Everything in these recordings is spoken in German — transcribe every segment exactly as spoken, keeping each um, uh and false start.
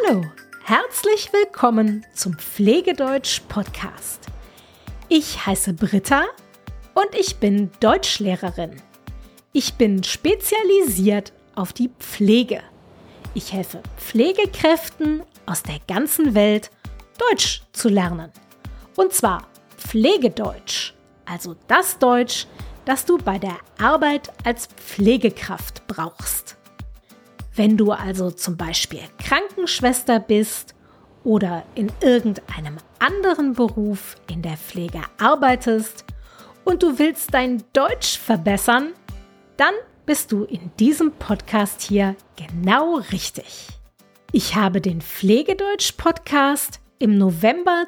Hallo, herzlich willkommen zum Pflegedeutsch-Podcast. Ich heiße Britta und ich bin Deutschlehrerin. Ich bin spezialisiert auf die Pflege. Ich helfe Pflegekräften aus der ganzen Welt, Deutsch zu lernen. Und zwar Pflegedeutsch, also das Deutsch, das du bei der Arbeit als Pflegekraft brauchst. Wenn du also zum Beispiel Krankenschwester bist oder in irgendeinem anderen Beruf in der Pflege arbeitest und du willst dein Deutsch verbessern, dann bist du in diesem Podcast hier genau richtig. Ich habe den Pflegedeutsch-Podcast im November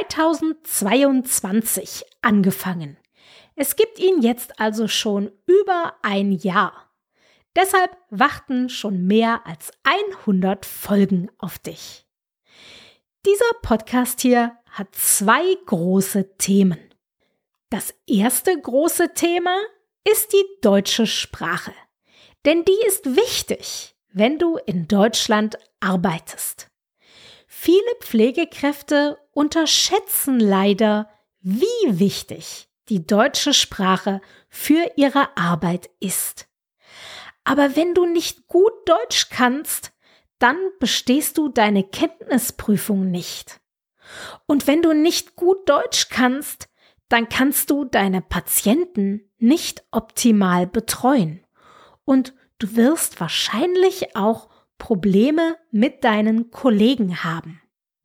zweitausendzweiundzwanzig angefangen. Es gibt ihn jetzt also schon über ein Jahr. Deshalb warten schon mehr als hundert Folgen auf dich. Dieser Podcast hier hat zwei große Themen. Das erste große Thema ist die deutsche Sprache, denn die ist wichtig, wenn du in Deutschland arbeitest. Viele Pflegekräfte unterschätzen leider, wie wichtig die deutsche Sprache für ihre Arbeit ist. Aber wenn du nicht gut Deutsch kannst, dann bestehst du deine Kenntnisprüfung nicht. Und wenn du nicht gut Deutsch kannst, dann kannst du deine Patienten nicht optimal betreuen. Und du wirst wahrscheinlich auch Probleme mit deinen Kollegen haben.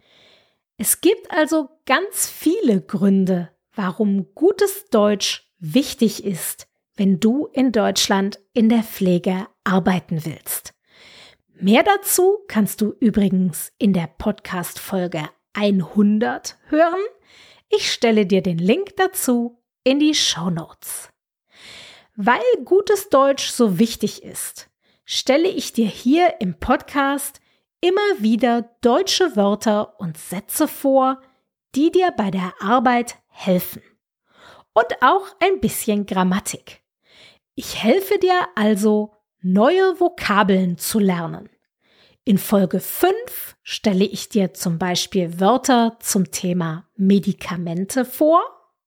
Es gibt also ganz viele Gründe, warum gutes Deutsch wichtig ist, wenn du in Deutschland in der Pflege arbeiten willst. Mehr dazu kannst du übrigens in der Podcast-Folge hundert hören. Ich stelle dir den Link dazu in die Shownotes. Weil gutes Deutsch so wichtig ist, stelle ich dir hier im Podcast immer wieder deutsche Wörter und Sätze vor, die dir bei der Arbeit helfen. Und auch ein bisschen Grammatik. Ich helfe dir also, neue Vokabeln zu lernen. In Folge fünf stelle ich dir zum Beispiel Wörter zum Thema Medikamente vor.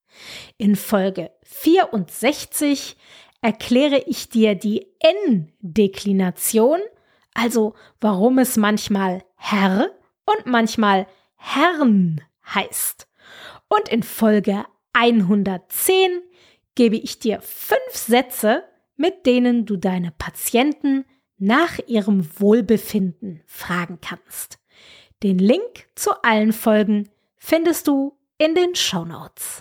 In Folge vierundsechzig erkläre ich dir die En-Deklination, also warum es manchmal Herr und manchmal Herrn heißt. Und in Folge hundertzehn gebe ich dir fünf Sätze, mit denen du deine Patienten nach ihrem Wohlbefinden fragen kannst. Den Link zu allen Folgen findest du in den Shownotes.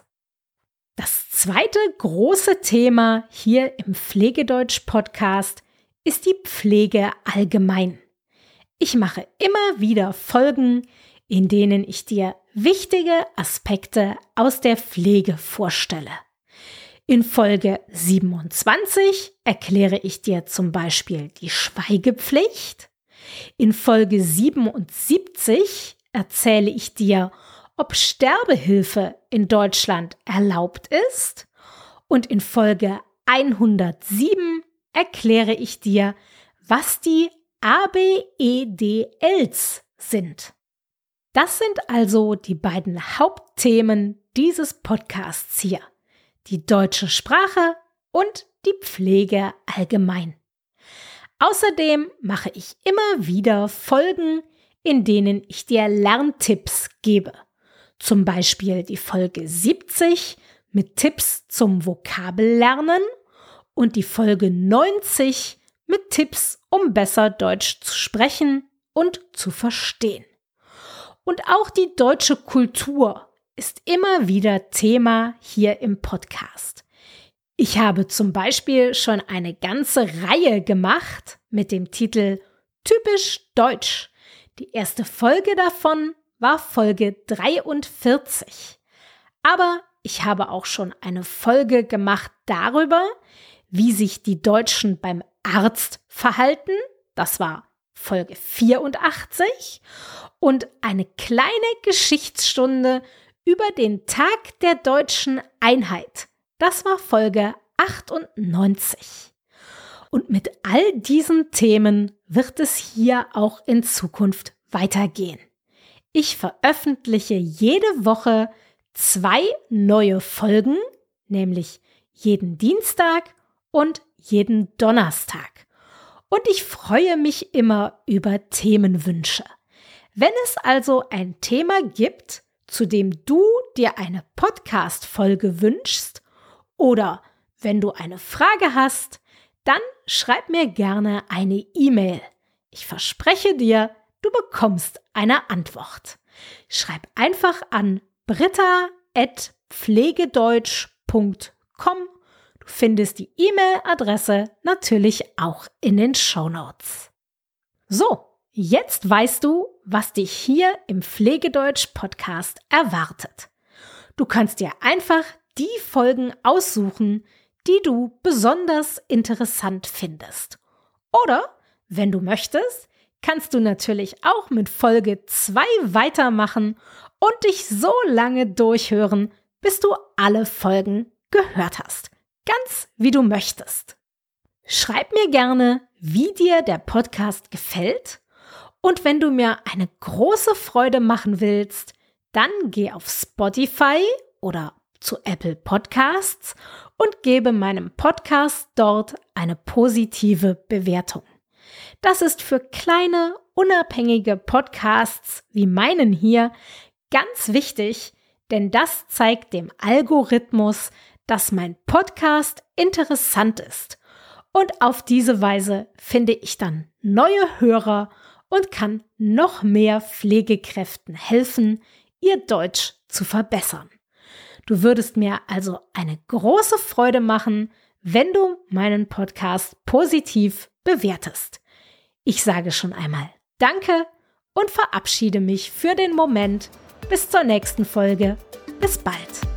Das zweite große Thema hier im Pflegedeutsch-Podcast ist die Pflege allgemein. Ich mache immer wieder Folgen, in denen ich dir wichtige Aspekte aus der Pflege vorstelle. In Folge siebenundzwanzig erkläre ich dir zum Beispiel die Schweigepflicht. In Folge siebenundsiebzig erzähle ich dir, ob Sterbehilfe in Deutschland erlaubt ist. Und in Folge hundertsieben erkläre ich dir, was die A B E D Ls sind. Das sind also die beiden Hauptthemen dieses Podcasts hier. Die deutsche Sprache und die Pflege allgemein. Außerdem mache ich immer wieder Folgen, in denen ich dir Lerntipps gebe. Zum Beispiel die Folge siebzig mit Tipps zum Vokabellernen und die Folge neunzig mit Tipps, um besser Deutsch zu sprechen und zu verstehen. Und auch die deutsche Kultur ist immer wieder Thema hier im Podcast. Ich habe zum Beispiel schon eine ganze Reihe gemacht mit dem Titel Typisch Deutsch. Die erste Folge davon war Folge dreiundvierzig. Aber ich habe auch schon eine Folge gemacht darüber, wie sich die Deutschen beim Arzt verhalten. Das war Folge vierundachtzig. Und eine kleine Geschichtsstunde über den Tag der deutschen Einheit. Das war Folge achtundneunzig. Und mit all diesen Themen wird es hier auch in Zukunft weitergehen. Ich veröffentliche jede Woche zwei neue Folgen, nämlich jeden Dienstag und jeden Donnerstag. Und ich freue mich immer über Themenwünsche. Wenn es also ein Thema gibt, zu dem du dir eine Podcast-Folge wünschst oder wenn du eine Frage hast, dann schreib mir gerne eine E-Mail. Ich verspreche dir, du bekommst eine Antwort. Schreib einfach an britta at pflegedeutsch punkt com. Du findest die E-Mail-Adresse natürlich auch in den Shownotes. So, jetzt weißt du, was dich hier im Pflegedeutsch-Podcast erwartet. Du kannst dir einfach die Folgen aussuchen, die du besonders interessant findest. Oder, wenn du möchtest, kannst du natürlich auch mit Folge zwei weitermachen und dich so lange durchhören, bis du alle Folgen gehört hast. Ganz wie du möchtest. Schreib mir gerne, wie dir der Podcast gefällt. Und wenn du mir eine große Freude machen willst, dann geh auf Spotify oder zu Apple Podcasts und gebe meinem Podcast dort eine positive Bewertung. Das ist für kleine, unabhängige Podcasts wie meinen hier ganz wichtig, denn das zeigt dem Algorithmus, dass mein Podcast interessant ist. Und auf diese Weise finde ich dann neue Hörer und kann noch mehr Pflegekräften helfen, ihr Deutsch zu verbessern. Du würdest mir also eine große Freude machen, wenn du meinen Podcast positiv bewertest. Ich sage schon einmal Danke und verabschiede mich für den Moment. Bis zur nächsten Folge. Bis bald.